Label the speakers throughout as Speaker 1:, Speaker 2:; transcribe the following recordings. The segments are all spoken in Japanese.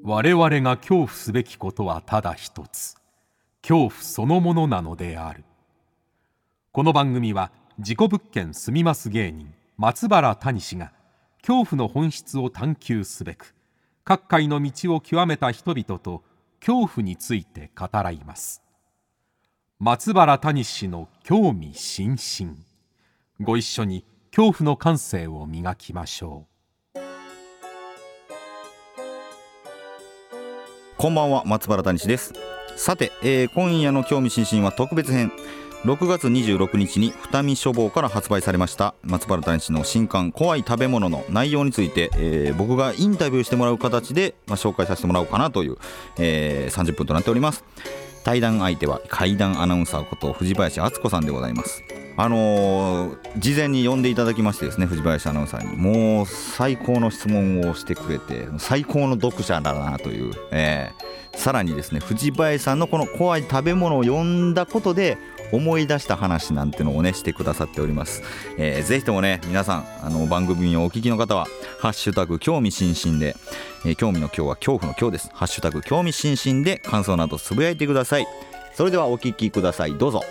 Speaker 1: 我々が恐怖すべきことはただ一つ、恐怖そのものなのである。この番組は事故物件住みます芸人松原谷氏が恐怖の本質を探求すべく各界の道を極めた人々と恐怖について語らいます。松原谷氏の興味津々、ご一緒に恐怖の感性を磨きましょう。
Speaker 2: こんばんは、松原谷氏です。さて、今夜の興味津々は特別編。6月26日に二見書房から発売されました松原谷氏の新刊怖い食べ物の内容について、僕がインタビューしてもらう形で、紹介させてもらおうかなという、30分となっております。対談相手は怪談アナウンサーこと藤林敦子さんでございます。事前に呼んでいただきましてですね、藤林アナウンサーにもう最高の質問をしてくれて、最高の読者だなという、さらにですね、藤林さんのこの怖い食べ物を読んだことで思い出した話なんてのをねしてくださっております。ぜひともね皆さん番組をお聞きの方はハッシュタグ興味津々で、興味の今日は恐怖の今日です。ハッシュタグ興味津々で感想などつぶやいてください。それではお聞きください、どうぞ。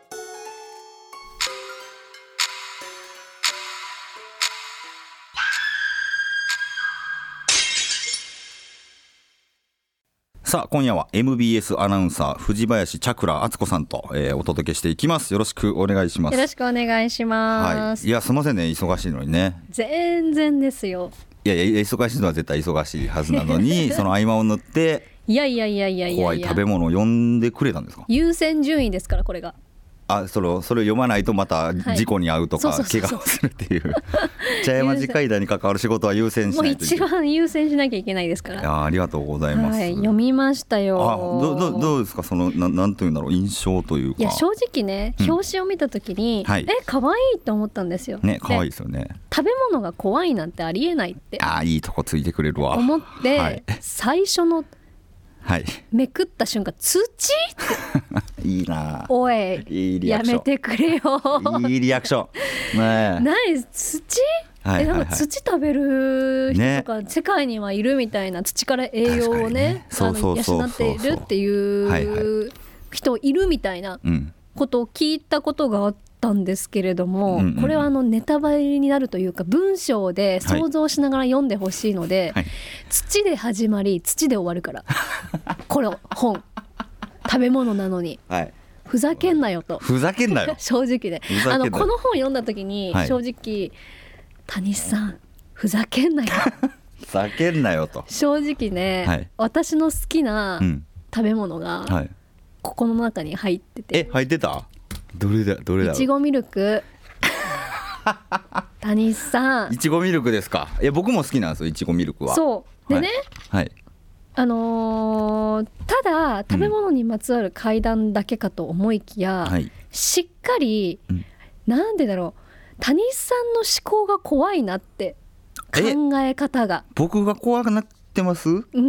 Speaker 2: さあ今夜は MBS アナウンサー藤林チャクラ敦子さんと、お届けしていきます。よろしくお願いします。
Speaker 3: よろしくお願いします、
Speaker 2: はい、いやすいませんね、忙しいのにね。
Speaker 3: 全然ですよ。
Speaker 2: いや忙しいのは絶対忙しいはずなのにその合間を縫って
Speaker 3: いや
Speaker 2: 怖い食べ物を呼んでくれたんですか。
Speaker 3: 優先順位ですからこれが。
Speaker 2: それを読まないとまた事故に遭うとか、怪我をするっていう茶屋町会談に関わる仕事は優先しないといけない。
Speaker 3: もう一番優先しなきゃいけないですから。
Speaker 2: いやありがとうございます、
Speaker 3: 読みましたよ。
Speaker 2: どうですか、なんていうんだろう、印象というか。
Speaker 3: いや正直ね、表紙を見た時に、可愛いと思ったんですよ
Speaker 2: ね。可愛いですよね。
Speaker 3: 食べ物が怖いなんてありえないって
Speaker 2: いいとこついてくれるわ
Speaker 3: 思って、最初のめくった瞬間、土って
Speaker 2: いいな。
Speaker 3: おい、
Speaker 2: いいリアクション
Speaker 3: やめてくれよ
Speaker 2: いいリアクション、
Speaker 3: 何土、なんか土食べる人とか世界にはいるみたいな、土から栄養をね養っているっていう人いるみたいなことを聞いたことがあったんですけれども、これはネタバレになるというか文章で想像しながら読んでほしいので、土で始まり土で終わるからこの本食べ物なのに、ふざけんなよと。
Speaker 2: ふざけんなよ
Speaker 3: 正直ね、この本読んだ時に正直、谷さんふざけんなよ
Speaker 2: ふざけんなよと
Speaker 3: 正直ね、私の好きな食べ物がここの中に入ってて。
Speaker 2: 入ってた？どれだ
Speaker 3: いちごミルク谷さん、
Speaker 2: いちごミルクですか。僕も好きなんですよ、いちごミルクは。
Speaker 3: そうでね、ただ食べ物にまつわる怪談だけかと思いきや、しっかり、なんでだろう、谷さんの思考が怖いなって、考え方が。
Speaker 2: 僕が怖くなってます？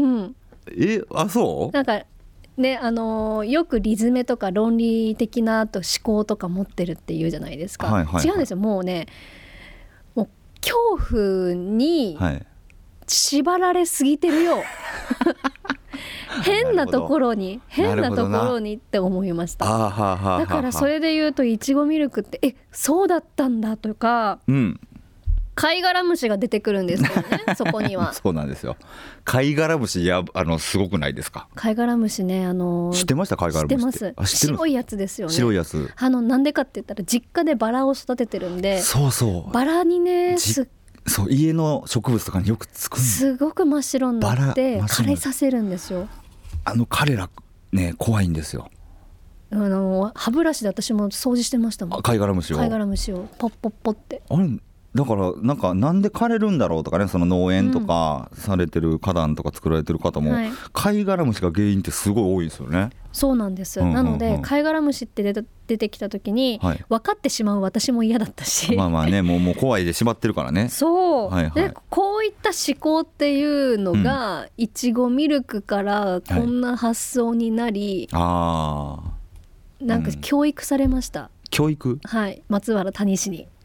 Speaker 2: そう
Speaker 3: なんかね、よくリズメとか論理的な思考とか持ってるっていうじゃないですか。違うんですよ。もうね、もう恐怖に縛られすぎてるよ変なところにって思いました。だからそれで言うといちごミルクってそうだったんだとか、貝殻虫が出てくるんですよねそこには。
Speaker 2: そうなんですよ。貝殻虫すごくないですか。
Speaker 3: 貝殻虫ね、知
Speaker 2: ってました？貝殻虫って知ってます。
Speaker 3: 白いやつですよね。
Speaker 2: 白いやつ。
Speaker 3: なんでかって言ったら実家でバラを育ててるんで。バラにね、
Speaker 2: 家の植物とかによくつくん。
Speaker 3: すごく真っ白になって枯れさせるんですよ。
Speaker 2: 彼らね怖いんですよ。
Speaker 3: 歯ブラシで私も掃除してましたもん。貝殻虫をポッポッポって。
Speaker 2: だからなんで枯れるんだろうとかね、その農園とかされてる花壇とか作られてる方も、貝殻虫が原因ってすごい多いんですよね。
Speaker 3: そうなんです、なので貝殻虫って出てきた時に、分かってしまう私も嫌だったし、
Speaker 2: もう怖いでしまってるからね。
Speaker 3: そう、でこういった思考っていうのが、いちごミルクからこんな発想になり、なんか教育されました。
Speaker 2: 教育？
Speaker 3: 松原谷氏に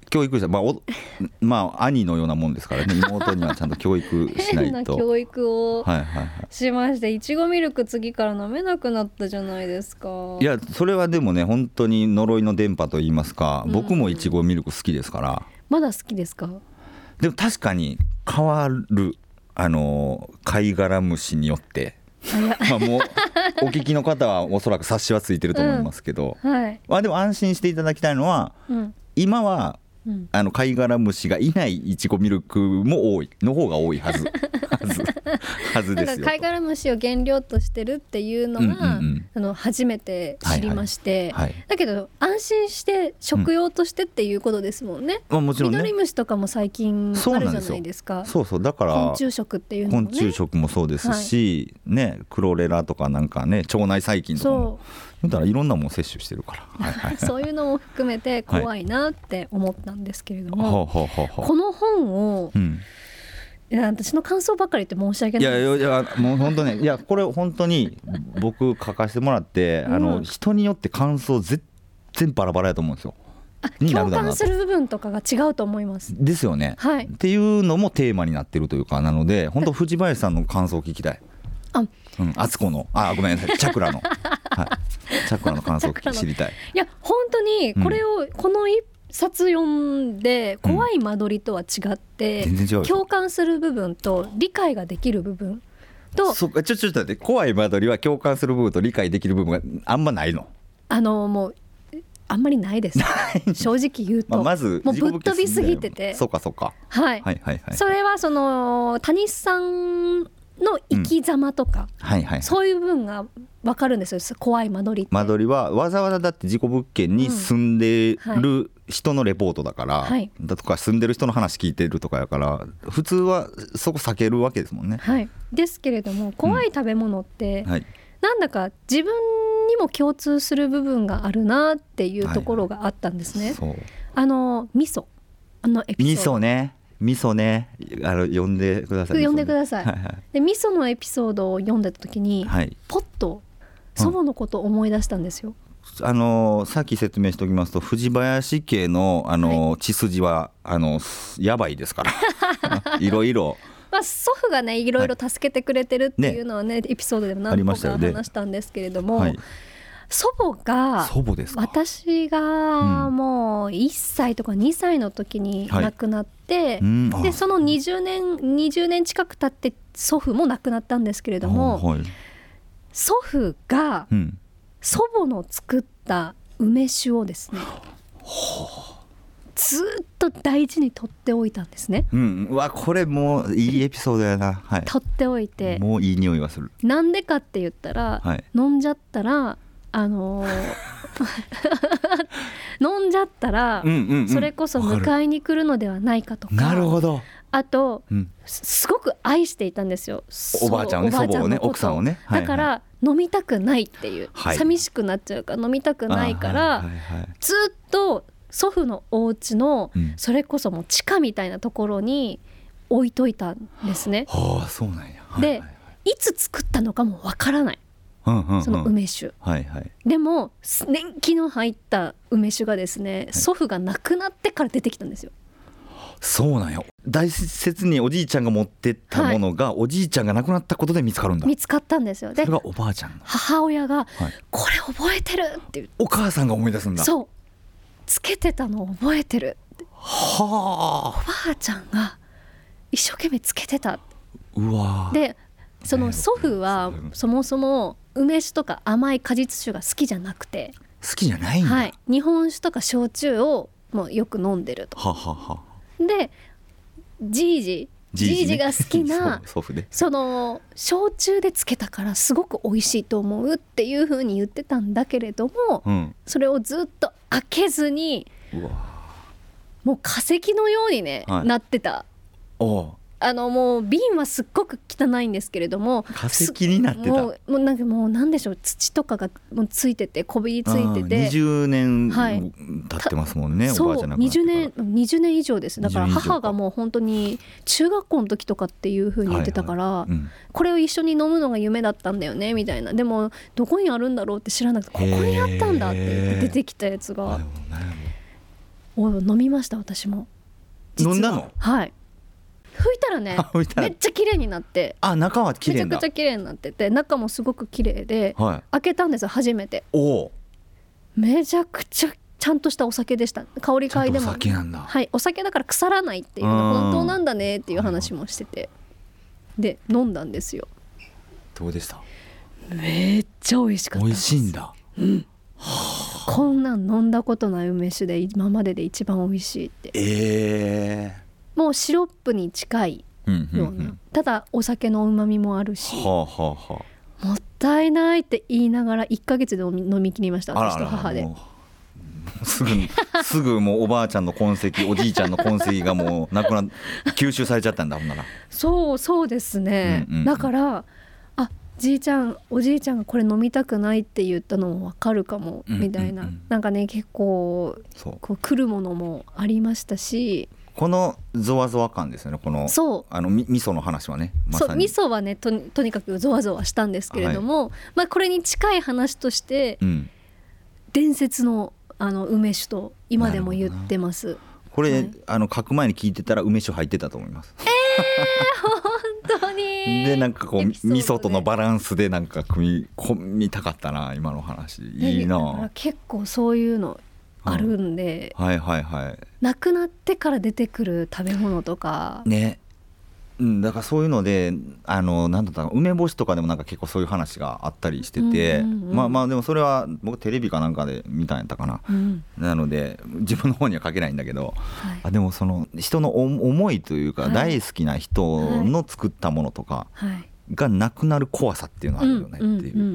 Speaker 2: 教育した、まあ兄のようなもんですからね。妹にはちゃんと教育しないと。
Speaker 3: 変な教育をしまして、いちごミルク次から飲めなくなったじゃないですか。
Speaker 2: いやそれはでもね本当に呪いの電波と言いますか、僕もいちごミルク好きですから。
Speaker 3: まだ好きですか？
Speaker 2: でも確かに変わる、貝殻虫によってもうお聞きの方はおそらく察しはついてると思いますけど、でも安心していただきたいのは、今は貝殻虫がいないいちごミルクも多いの方が多いはずですよ。
Speaker 3: 貝殻虫を原料としてるっていうのが、初めて知りまして、だけど安心して食用としてっていうことですもんね。
Speaker 2: もちろんね、
Speaker 3: ミドリムシとかも最近あるじゃないですか。
Speaker 2: そうだから
Speaker 3: 昆虫食っていうのもね、
Speaker 2: 昆虫食もそうですし、クロレラとかなんかね、腸内細菌とかもだからいろんなもの摂取してるから、
Speaker 3: そういうのも含めて怖いなって思ったんですけれども、この本を、私の感想ばっかり言って申し訳ないです。
Speaker 2: いやもう本当ね、いやこれ本当に僕書かせてもらって、人によって感想全然バラバラやと思うんですよ。
Speaker 3: 共感する部分とかが違うと思います。
Speaker 2: ですよね、っていうのもテーマになってるというか、なので本当藤林さんの感想を聞きたい。あつこのごめんなさい、チャクラのチャクラの感想を知りたい。
Speaker 3: いや本当にこれを、この一冊読んで怖い間取りとは違って、共感する部分と理解ができる部分と、
Speaker 2: ちょっと待って、怖い間取りは共感する部分と理解できる部分があんまないの？
Speaker 3: もうあんまりないです正直言うと、
Speaker 2: まず
Speaker 3: もうぶっ飛びすぎてて、
Speaker 2: そうか
Speaker 3: それはその谷さんの生き様とか、そういう部分が分かるんですよ。怖い間取りって、
Speaker 2: 間取りはわざわざだって事故物件に住んでる人のレポートだから、だとか住んでる人の話聞いてるとかやから、普通はそこ避けるわけですもんね。
Speaker 3: ですけれども、怖い食べ物って、なんだか自分にも共通する部分があるなっていうところがあったんですね。味噌エピソード、
Speaker 2: 味噌ね、読んでください。
Speaker 3: で味噌のエピソードを読んでた時に、ポッと祖母のことを思い出したんですよ。
Speaker 2: さっき説明しておきますと、藤林家の血筋はやばいですからいろいろ、
Speaker 3: 祖父がねいろいろ助けてくれてるっていうのはね、エピソードでも何個か話したんですけれども、祖母が、私がもう1歳とか2歳の時に亡くなって、でその20年近く経って祖父も亡くなったんですけれども、祖父が祖母の作った梅酒をですね、ずっと大事に取っておいたんですね。これもういいエピソードやな。取っておいて、もういい匂いがする。なんでかって言ったら、飲んじゃったら飲んじゃったら、それこそ迎えに来るのではないかとか、なるほど。あと、すごく愛していたんですよ、おばあちゃんをね、祖母をね、奥さんをね。だから飲みたくないっていう、寂しくなっちゃうから飲みたくないから、ずっと祖父のお家の、それこそもう地下みたいなところに置いといたんですね。そうなんや。でいつ作ったのかもわからない、その梅酒、でも年季の入った梅酒がですね、祖父が亡くなってから出てきたんですよ。そうなんよ。大切におじいちゃんが持ってったものが、おじいちゃんが亡くなったことで見つかるんだ。見つかったんですよ。でそれがおばあちゃんの母親が、これ覚えてるっていう、お母さんが思い出すんだ。そう、つけてたのを覚えてるって、おばあちゃんが一生懸命つけてた。でその祖父はそもそも梅酒とか甘い果実酒が好きじゃなくて、好きじゃないんだ、日本酒とか焼酎をもうよく飲んでると。でじいじが好きなその焼酎でつけたからすごく美味しいと思うっていう風に言ってたんだけれども、それをずっと開けずに、もう化石のようにね、なってた。もう瓶はすっごく汚いんですけれども、化石になってた。もうなんでしょう、土とかがもうついてて、こびりついてて、20年経ってますもんね、おばあちゃん亡くなってから。20年以上です。だから母がもう本当に中学校の時とかっていう風に言ってたから、これを一緒に飲むのが夢だったんだよねみたいな。でもどこにあるんだろうって知らなくて、ここにあったんだって言って出てきたやつが、 を飲みました。私も
Speaker 2: 飲んだの？
Speaker 3: はい。拭いたらねめっちゃ綺麗になって、
Speaker 2: 中は綺麗だ。
Speaker 3: めちゃくちゃ綺麗になってて、中もすごく綺麗で、
Speaker 2: はい、
Speaker 3: 開けたんですよ初めて。めちゃくちゃちゃんとしたお酒でした。香り嗅いでも、
Speaker 2: お酒なんだ。
Speaker 3: はい、お酒だから腐らないっていうのは本当なんだねっていう話もしてて、で飲んだんですよ。
Speaker 2: どうでした？
Speaker 3: めっちゃ美味しかったです。
Speaker 2: 美味しいんだ。
Speaker 3: こんなん飲んだことない梅酒で今までで一番美味しいって。もうシロップに近いような、ただお酒の旨味もあるし、もったいないって言いながら1ヶ月で飲み切りました。私と母で。
Speaker 2: すぐもうおばあちゃんの痕跡、おじいちゃんの痕跡がもうなくな吸収されちゃったんだ。ほんなら
Speaker 3: そうですね、だからじいちゃんおじいちゃんがこれ飲みたくないって言ったのも分かるかもみたいな、なんかね結構こう来るものもありましたし、
Speaker 2: このゾワゾワ感ですよね。この味噌の話はね、まさに
Speaker 3: そう味噌はね とにかくゾワゾワしたんですけれども、これに近い話として、伝説の梅酒と今でも言ってます。
Speaker 2: これ、書く前に聞いてたら梅酒入ってたと思います。
Speaker 3: 本当に。
Speaker 2: でなんかこう味噌とのバランスでなんか組み込みたかったな今の話。いいな。
Speaker 3: 結構そういうのあるんで、亡くなってから出てくる食べ物とか
Speaker 2: ね、だからそういうのでなんだったか梅干しとかでもなんか結構そういう話があったりしてて、まあでもそれは僕テレビかなんかで見たんやったかな、なので自分の方には書けないんだけど、でもその人の思いというか、大好きな人の作ったものとかがなくなる怖さっていうのがあるよねっていう。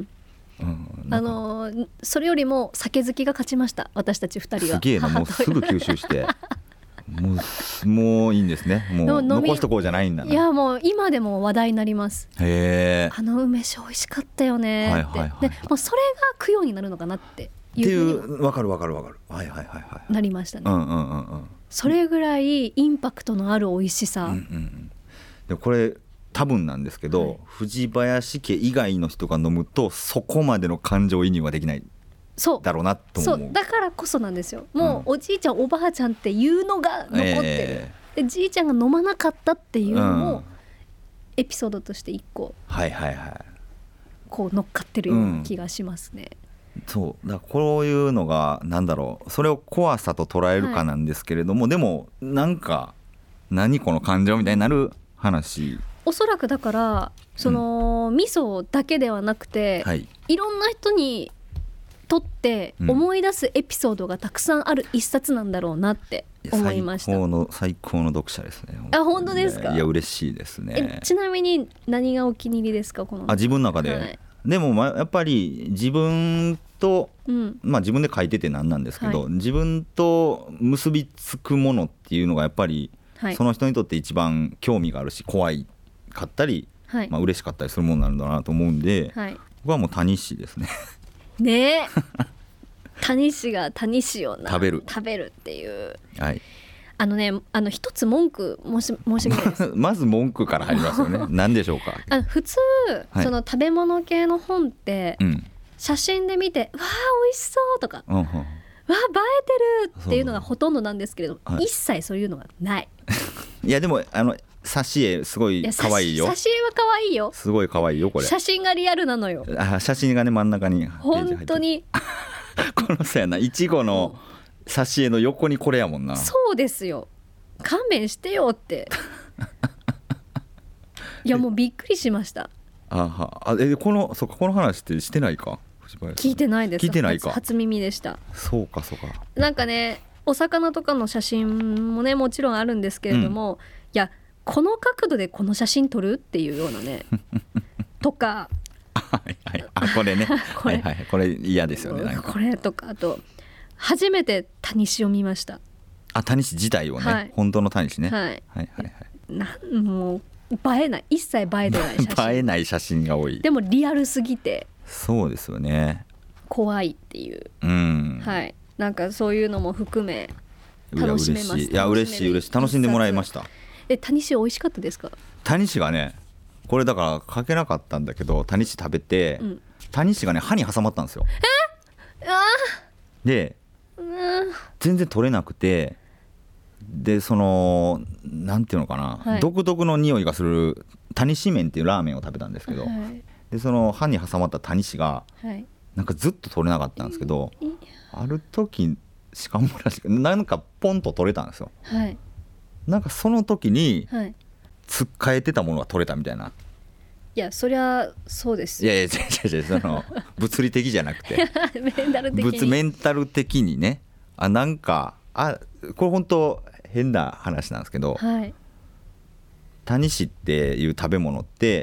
Speaker 3: それよりも酒好きが勝ちました。私たち2人は
Speaker 2: すげえな。もうすぐ吸収してもういいんですね。もう残しとこうじゃないんだな。
Speaker 3: いやもう今でも話題になります。
Speaker 2: 梅
Speaker 3: 酒美味しかったよねって、でもうそれが供養になるのかなっていう
Speaker 2: わかる
Speaker 3: なりましたね。それぐらいインパクトのある美味しさ。
Speaker 2: でこれ多分なんですけど、藤林家以外の人が飲むとそこまでの感情移入はできないだろうなと思う。
Speaker 3: そうだからこそなんですよ。もうおじいちゃんおばあちゃんっていうのが残ってる、でじいちゃんが飲まなかったっていうのもエピソードとして一個こう乗っかってるような気がしますね。
Speaker 2: そうだからこういうのがなんだろう、それを怖さと捉えるかなんですけれども、でもなんか何この感情みたいになる話。
Speaker 3: おそらくだからその味噌だけではなくて、いろんな人にとって思い出すエピソードがたくさんある一冊なんだろうなって思いました。
Speaker 2: 最高の読者ですね。
Speaker 3: 本当ですか？
Speaker 2: いや嬉しいですね。
Speaker 3: ちなみに何がお気に入りですか？この
Speaker 2: 自分の中で、でもやっぱり自分と、自分で書いててなんなんですけど、自分と結びつくものっていうのがやっぱり、その人にとって一番興味があるし怖いかったり、嬉しかったりするものなんだなと思うんで、僕はもうタニシですね。
Speaker 3: ねえタニシがタニシを食べるっていう、一つ文句申し訳ないです
Speaker 2: まず文句から入りますよね。何でしょうか？
Speaker 3: 普通、その食べ物系の本って、写真で見てわあ美味しそうとか、わあ映えてるっていうのがほとんどなんですけれど、一切そういうのがない。
Speaker 2: いやでも挿絵すごい可愛いよ。
Speaker 3: 挿絵は可愛いよ。
Speaker 2: すごい可愛いよこれ。
Speaker 3: 写真がリアルなのよ。
Speaker 2: 写真がね真ん中に
Speaker 3: 本当に
Speaker 2: このさやないちごの挿絵の横にこれやもんな。
Speaker 3: そうですよ、勘弁してよっていやもうびっくりしました。
Speaker 2: この話ってしてないか？
Speaker 3: 聞いてないです。
Speaker 2: 聞いてないか。
Speaker 3: 初耳でした。
Speaker 2: そうか
Speaker 3: なんかねお魚とかの写真もねもちろんあるんですけれども、いやこの角度でこの写真撮るっていうようなねとか
Speaker 2: これねこれ嫌ですよね。
Speaker 3: これとか、あと初めてタニシを見ました。
Speaker 2: タニシ自体をね、本当のタニシね。
Speaker 3: もう映えない、一切映えてない写真
Speaker 2: 映えない写真が多い。
Speaker 3: でもリアルすぎて
Speaker 2: そうですよね、
Speaker 3: 怖いっていう、なんかそういうのも含め楽しめます。
Speaker 2: いや嬉しい楽しんでもらいました。
Speaker 3: タニシ美味しかったですか？
Speaker 2: タニシがねこれだから書けなかったんだけど、タニシ食べて、タニシがね歯に挟まったんですよ。で全然取れなくて、でそのなんていうのかな、はい、独特の匂いがするタニシ麺っていうラーメンを食べたんですけど、はい、でその歯に挟まったタニシが、はい、なんかずっと取れなかったんですけど、ある時しかもらしくなんかポンと取れたんですよ、はい、なんかその時に、はい、つっかえてたものが取れたみたいな。
Speaker 3: いやそりゃそうですよ。
Speaker 2: いやその物理的じゃなくてメンタル的にね、なんかこれ本当変な話なんですけど、はい、タニシっていう食べ物って、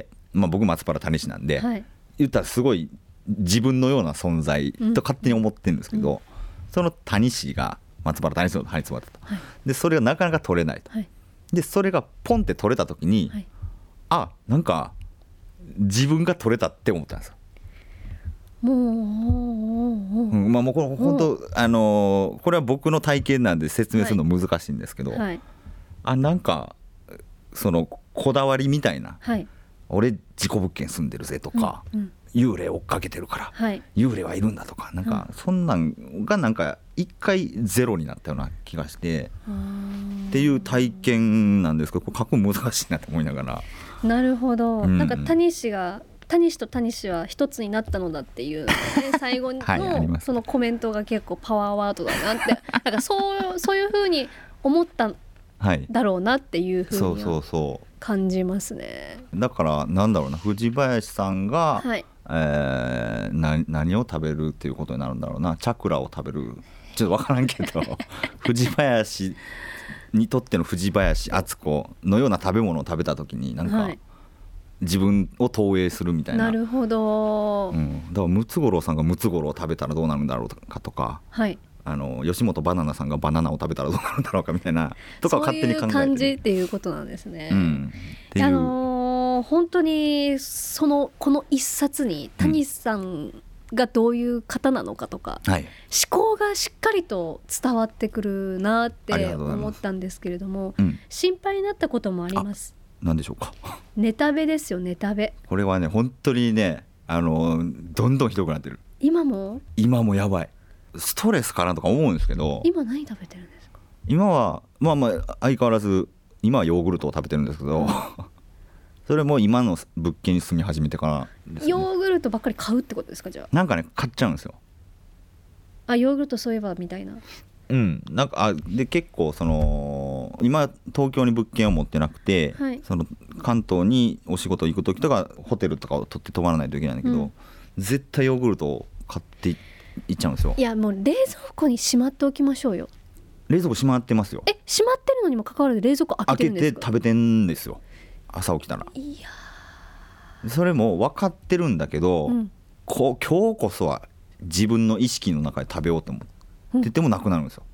Speaker 2: 僕松原タニシなんで、はい、言ったらすごい自分のような存在と勝手に思ってるんですけど、そのタニシが松原タニシの歯に詰まったと、はい、でそれがなかなか取れないと、はい、でそれがポンって取れた時に、はい、なんか自分が取れたって思ったんですよ。もうこれ本当これは僕の体験なんで説明するの難しいんですけど、はい、なんかそのこだわりみたいな、はい、俺事故物件住んでるぜとか、幽霊追っかけてるから、はい、幽霊はいるんだとか、なんかそんなんがなんか一回ゼロになったような気がしてっていう体験なんですけど、これ書くの難しいなと思いながら。
Speaker 3: なるほど、なんかタニシとタニシは一つになったのだっていう、ね、最後のそのコメントが結構パワーワードだなってなんかそういう風に思っただろうなっていう風には感じますね。
Speaker 2: だからなんだろうな、藤林さんが、はい、何を食べるっていうことになるんだろうな。チャクラを食べる、ちょっと分からんけど藤林にとっての藤林敦子のような食べ物を食べた時になんか、はい、自分を投影するみたいな。
Speaker 3: なるほど、
Speaker 2: だからムツゴロウさんがムツゴロウを食べたらどうなるんだろうかとか、はい、吉本バナナさんがバナナを食べたらどうなるんだろうかみたいなとかを勝手に考えてる。
Speaker 3: そういう感じっていうことなんですね、本当にこの一冊に谷さんがどういう方なのかとか、はい、思考がしっかりと伝わってくるなって思ったんですけれども、心配になったこともあります。
Speaker 2: 何でしょうか。
Speaker 3: ネタベですよ、ネタベ。
Speaker 2: これはね本当にねどんどんひどくなってる。
Speaker 3: 今も
Speaker 2: やばい。ストレスかなとか思うんですけど。
Speaker 3: 今何食べてるんですか。
Speaker 2: 今は相変わらず今はヨーグルトを食べてるんですけどそれも今の物件に住み始めてからですね。
Speaker 3: ヨーグルトばっかり買うってことですか。じゃあ
Speaker 2: なんかね買っちゃうんですよ。
Speaker 3: ヨーグルトそういえばみたいな。
Speaker 2: なんかで結構今東京に物件を持ってなくて、はい、関東にお仕事行く時とかホテルとかを取って泊まらないといけないんだけど、絶対ヨーグルトを買っていっちゃうんですよ。い
Speaker 3: やもう冷蔵庫にしまっておきましょうよ。
Speaker 2: 冷蔵庫しまってますよ。
Speaker 3: しまってるのにもかかわらず冷蔵庫開けてるんですか。
Speaker 2: 開けて食べてんですよ、朝起きたら。いやそれも分かってるんだけど、今日こそは自分の意識の中で食べようと思っててもなくなるんですよ。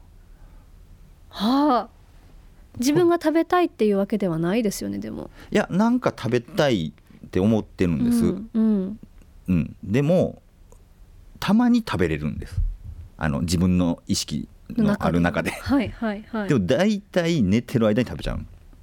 Speaker 3: 自分が食べたいっていうわけではないですよね。でも
Speaker 2: いやなんか食べたいって思ってるんです、でもたまに食べれるんです。自分の意識のある中ででも大体寝てる間に食べちゃう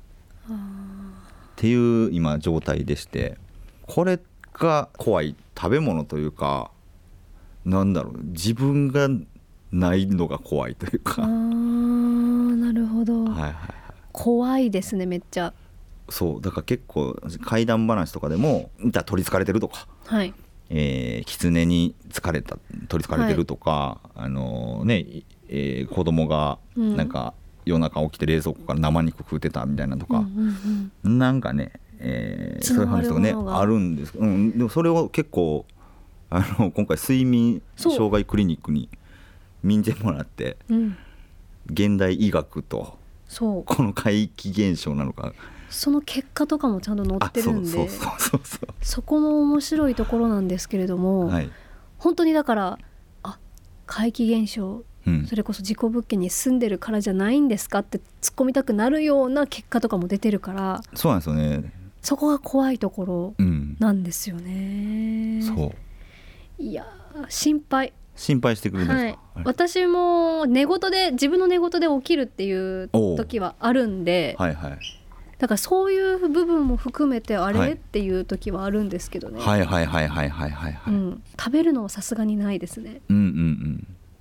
Speaker 2: っていう今状態でして、これが怖い食べ物というか、なんだろう、自分がないのが怖いというか。
Speaker 3: なるほど、怖いですねめっちゃ。
Speaker 2: そうだから結構怪談話とかでも取りつかれてるとか、狐に取りつかれてるとか、子供がなんか夜中起きて冷蔵庫から生肉食うてたみたいなとか、なんかね、そういう話とかねあるんです。でもそれを結構今回睡眠障害クリニックに見てもらって、現代医学とこの怪奇現象なのか、
Speaker 3: その結果とかもちゃんと載ってるんで、そこも面白いところなんですけれども、本当にだから怪奇現象、それこそ事故物件に住んでるからじゃないんですかって突っ込みたくなるような結果とかも出てるから。
Speaker 2: そうなんですよね。
Speaker 3: そこが怖いところなんですよね、そういや心配してくるんですか。私も自分の寝言で起きるっていう時はあるんで、だからそういう部分も含めてっていう時はあるんですけどね。食べるのはさすがにないですね。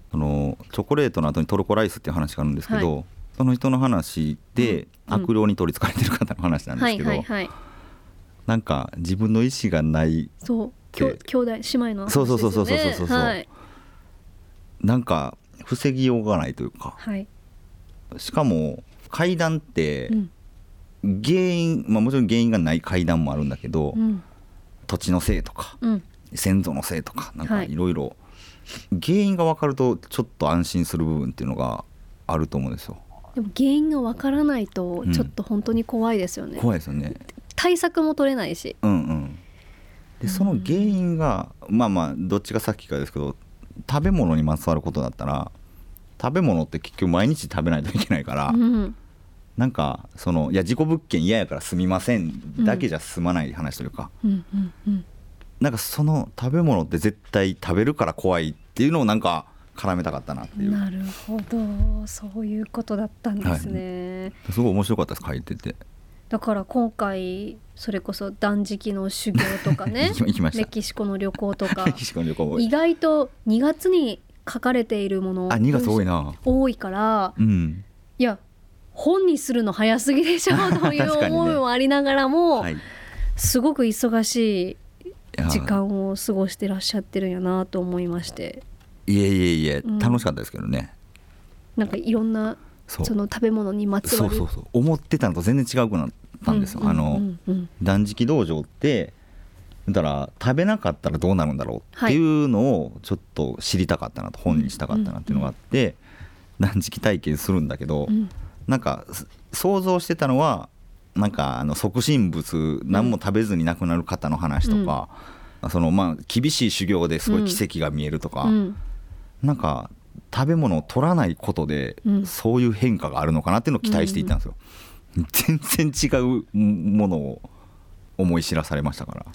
Speaker 2: チョコレートの後にトルコライスっていう話があるんですけど、はい、その人の話で悪霊に取りつかれてる方の話なんですけど、なんか自分の意思がない
Speaker 3: そう兄弟姉妹の話ですよね。
Speaker 2: そう、はい、なんか防ぎようがないというか、はい、しかも怪談って原因、もちろん原因がない怪談もあるんだけど、土地のせいとか、先祖のせいとかなんかいろいろ原因が分かるとちょっと安心する部分っていうのがあると思うんですよ。
Speaker 3: でも原因が分からないとちょっと本当に怖いですよね。
Speaker 2: 怖いですよね。
Speaker 3: 対策も取れないし、
Speaker 2: でその原因がどっちが先かですけど、食べ物にまつわることだったら、食べ物って結局毎日食べないといけないから、なんかいや事故物件嫌やから住みませんだけじゃ済まない話というか、なんかその食べ物って絶対食べるから怖いっていうのをなんか絡めたかったなっていう。
Speaker 3: なるほど、そういうことだったんですね、
Speaker 2: すごい面白かったです、書いてて。
Speaker 3: だから今回それこそ断食の修行とかねメキシコの旅行とか意外と2月に書かれているもの
Speaker 2: 2月多いな、
Speaker 3: 多いから、いや本にするの早すぎでしょという思いもありながらも、すごく忙しい時間を過ごしてらっしゃってるんやなと思いまして。
Speaker 2: いえ、楽しかったですけどね。
Speaker 3: なんかいろんなその食べ物にまつわる
Speaker 2: 思ってたのと全然違うくなったんですよ。断食道場ってだから食べなかったらどうなるんだろうっていうのをちょっと知りたかったなと、本にしたかったなっていうのがあって、断食体験するんだけど、なんか想像してたのはなんか即身仏何も食べずに亡くなる方の話とか、厳しい修行ですごい奇跡が見えるとか、なんか食べ物を取らないことでそういう変化があるのかなっていうのを期待していたんですよ。全然違うものを思い知らされましたから。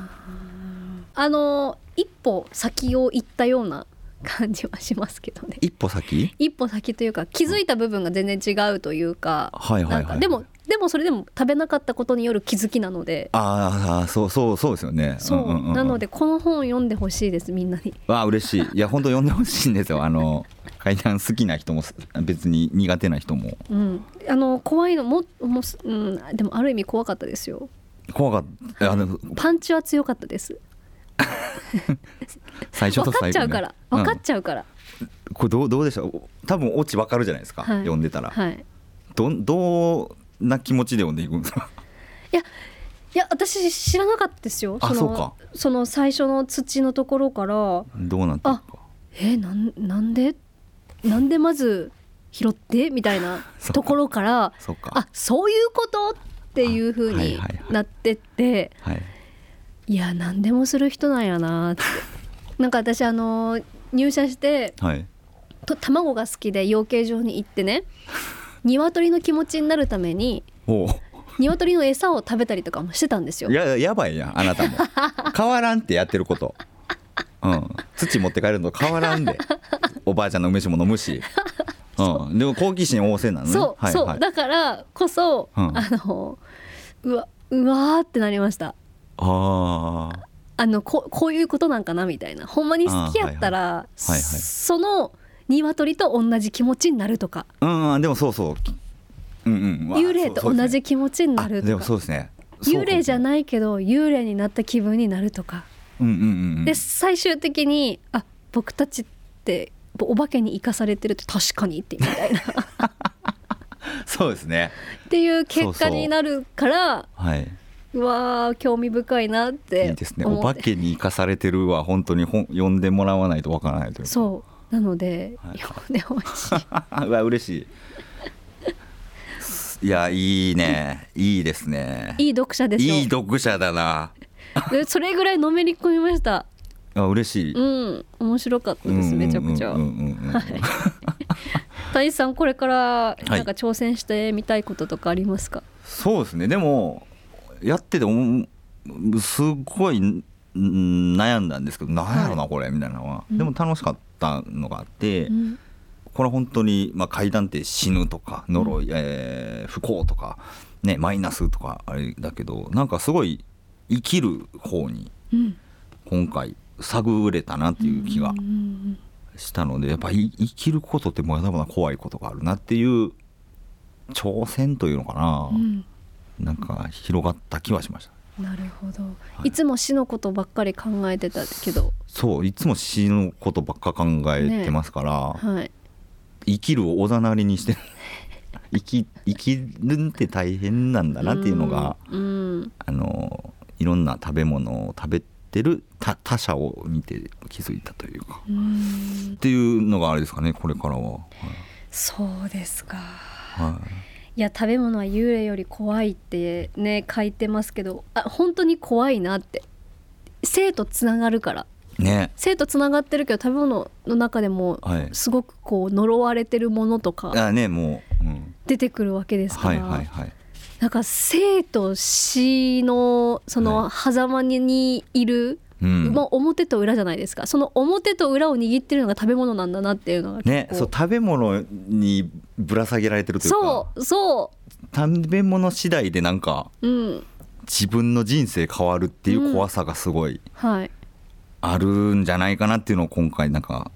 Speaker 2: 一歩先を行ったような感じはしますけどね。 一歩先
Speaker 3: というか気づいた部分が全然違うというか、でもそれでも食べなかったことによる気づきなので、
Speaker 2: そうですよね。
Speaker 3: なのでこの本読んでほしいです、みんなに。
Speaker 2: 嬉しい。いや本当読んでほしいんですよ。怪談好きな人も別に苦手な人も、
Speaker 3: 怖いのもでもある意味怖かったですよ。
Speaker 2: 怖かった。
Speaker 3: パンチは強かったです
Speaker 2: 最初と最後、ね、
Speaker 3: 分かっちゃうから、
Speaker 2: これどうでしょう。多分オチ分かるじゃないですか、読んでたら、どうな気持ちで読んでいくんですか。
Speaker 3: いや私知らなかったですよ。その最初の土のところから
Speaker 2: どうなってるか、
Speaker 3: なんでまず拾ってみたいなところからそういうことっていう風になってって、いや何でもする人なんやなってなんか私入社して、卵が好きで養鶏場に行ってね鶏の気持ちになるために鶏の餌を食べたりとかもしてたんですよ。
Speaker 2: やばいやん、あなたも変わらんってやってること、土持って帰るの変わらんでおばあちゃんの梅酒も飲むし、でも好奇心旺盛なのね。
Speaker 3: そうだからこそ、うわーってなりました。こういうことなんかなみたいな。ほんまに好きやったらその鶏と同じ気持ちになるとか、
Speaker 2: でも
Speaker 3: 幽霊と同じ気持ちになるとか、
Speaker 2: でもそうですね。
Speaker 3: 幽霊じゃないけど幽霊になった気分になるとか、で最終的に僕たちってお化けに生かされてるって確かにってみたいな
Speaker 2: そうですね
Speaker 3: っていう結果になるから、うわー興味深いなって思って。いいですね。
Speaker 2: お化けに生かされてるは本当に読んでもらわないとわからないというか。
Speaker 3: そうなので、読んでほしい。
Speaker 2: 嬉しい。いやいいね、いいですね。
Speaker 3: いい読者でしょ。
Speaker 2: いい読者だな
Speaker 3: それぐらいのめり込みました。
Speaker 2: 嬉しい。
Speaker 3: 面白かったです、めちゃくちゃ。谷さんこれからなんか挑戦してみたいこととかありますか？
Speaker 2: そうですね。でもやっててすごい悩んだんですけど、なんやろなこれみたいなのは、でも楽しかったのがあって、これ本当に怪談って死ぬとか呪い、不幸とかね、マイナスとかあれだけど、なんかすごい生きる方に今回探れたなっていう気がしたので、やっぱり生きることってまだまだ怖いことがあるなっていう挑戦というのかな、なんか広がった気はしました。
Speaker 3: なるほど、いつも死のことばっかり考えてたけど、
Speaker 2: そういつも死のことばっか考えてますから、
Speaker 3: はい、
Speaker 2: 生きるをおざなりにして生きるって大変なんだなっていうのが、いろんな食べ物を食べてる他者を見て気づいたというか、っていうのがあれですかね、これからは。
Speaker 3: そうですか、
Speaker 2: はい
Speaker 3: や食べ物は幽霊より怖いってね書いてますけど、本当に怖いなって。生とつながるからね、生とつながってるけど食べ物の中でもすごくこう呪われてるものとか出てくるわけですから、なんか生と死のその狭間にいる、もう表と裏じゃないですか。その表と裏を握ってるのが食べ物なんだなっていうのが
Speaker 2: ね、そう食べ物にぶら下げられてるというか、そう食べ物次第でなんか、自分の人生変わるっていう怖さがすごいあるんじゃないかなっていうのを今回なんか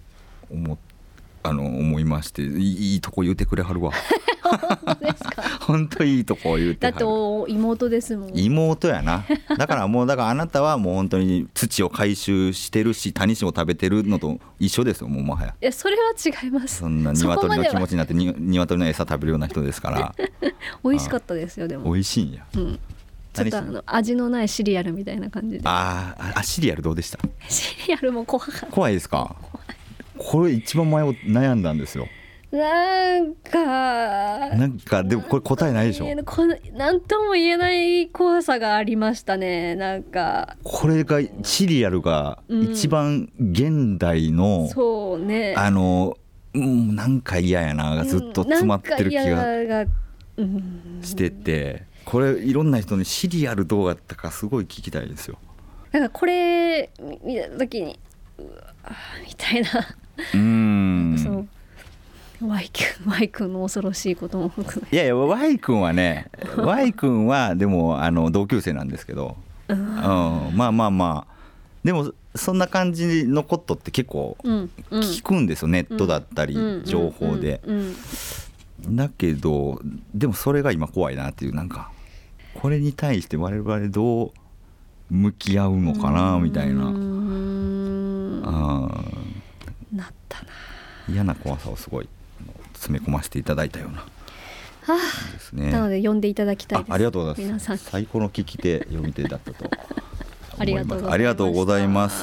Speaker 2: 思いまして、いいとこ言うてくれはるわ
Speaker 3: 本当ですか
Speaker 2: 本当いいとこ言うてはる。
Speaker 3: だって妹ですもん。
Speaker 2: 妹やな。だからあなたはもう本当に土を回収してるし、タニシを食べてるのと一緒ですよ、もうもはや。
Speaker 3: いやそれは違います。
Speaker 2: そんな鶏の気持ちになって鶏の餌食べるような人ですから
Speaker 3: 美味しかったですよ。でも
Speaker 2: 美味しいんや、
Speaker 3: ちょっと味のないシリアルみたいな感じで。
Speaker 2: シリアルどうでした？
Speaker 3: シリアルも怖かった。
Speaker 2: 怖いですか？これ一番悩んだんですよ。
Speaker 3: なんか
Speaker 2: でもこれ答えないでしょ。
Speaker 3: なんとも言えない怖さがありましたね。なんか
Speaker 2: これがシリアルが一番現代の、
Speaker 3: そうね、
Speaker 2: なんか嫌やながずっと詰まってる気がしてて、これいろんな人にシリアルどうやったかすごい聞きたいですよ。
Speaker 3: なんかこれ見た時にみたいなそうY 君の恐ろしいことも含め、
Speaker 2: いや Y 君はねY 君はでも同級生なんですけど、まあでもそんな感じのことって結構聞くんですよ、ネットだったり情報で。だけどでもそれが今怖いなっていう、なんかこれに対して我々どう向き合うのかなみたいな、
Speaker 3: なったな。
Speaker 2: 嫌な怖さをすごい詰め込ませていただいたようなですね。
Speaker 3: なので読んでいただきたいです。
Speaker 2: ありがとうございます。
Speaker 3: 皆さん
Speaker 2: 最高の聞き手読み手だったと
Speaker 3: ありがとうございます。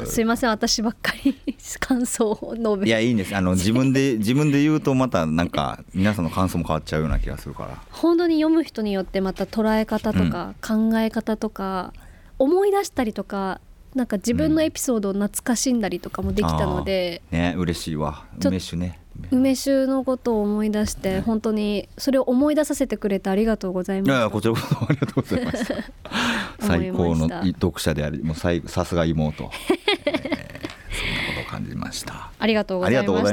Speaker 3: すいません、私ばっかり感想を述べ。
Speaker 2: いやいいんです。自分で言うとまたなんか皆さんの感想も変わっちゃうような気がするから。
Speaker 3: 本当に読む人によってまた捉え方とか考え方とか思い出したりとか、なんか自分のエピソードを懐かしんだりとかもできたので、
Speaker 2: 嬉しいわ。梅酒ね、
Speaker 3: 梅酒のことを思い出して、本当にそれを思い出させてくれてありがとうございます。
Speaker 2: いやこちらこそありがとうございます最高の読者であり、もうさすが妹そんなことを感じました。
Speaker 3: ありがとうございました。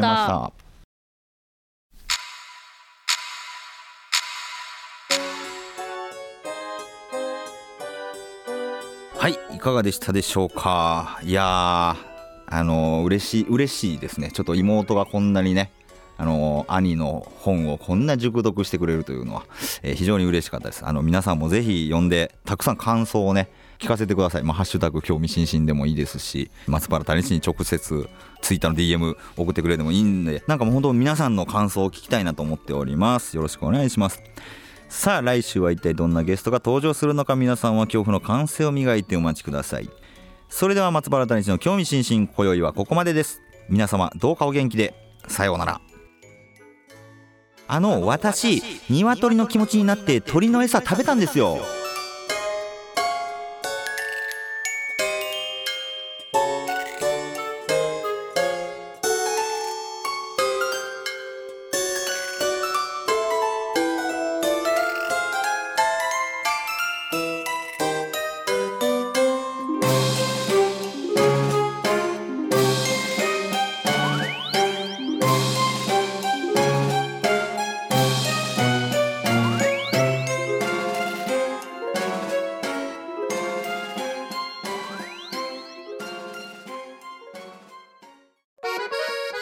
Speaker 2: はい、いかがでしたでしょうか。いや嬉しいですね。ちょっと妹がこんなにね、兄の本をこんな熟読してくれるというのは、非常に嬉しかったです。皆さんもぜひ読んでたくさん感想をね聞かせてください。ハッシュタグ興味津々でもいいですし、松原谷氏に直接ツイッターの DM 送ってくれてもいいんで、なんかもう本当皆さんの感想を聞きたいなと思っております。よろしくお願いします。さあ来週は一体どんなゲストが登場するのか、皆さんは恐怖の感性を磨いてお待ちください。それでは松原谷氏の興味津々、今宵はここまでです。皆様どうかお元気で。さようなら。私鶏の気持ちになって鳥の餌食べたんですよ。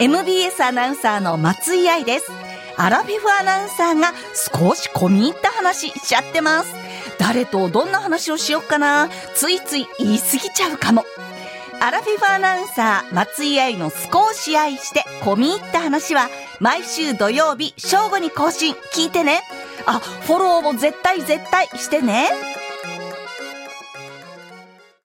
Speaker 4: MBS アナウンサーの松井愛です。アラフィフアナウンサーが少し込み入った話しちゃってます。誰とどんな話をしよっかな、ついつい言い過ぎちゃうかも。アラフィフアナウンサー松井愛の少し愛して込み入った話は毎週土曜日正午に更新、聞いてね。フォローも絶対してね。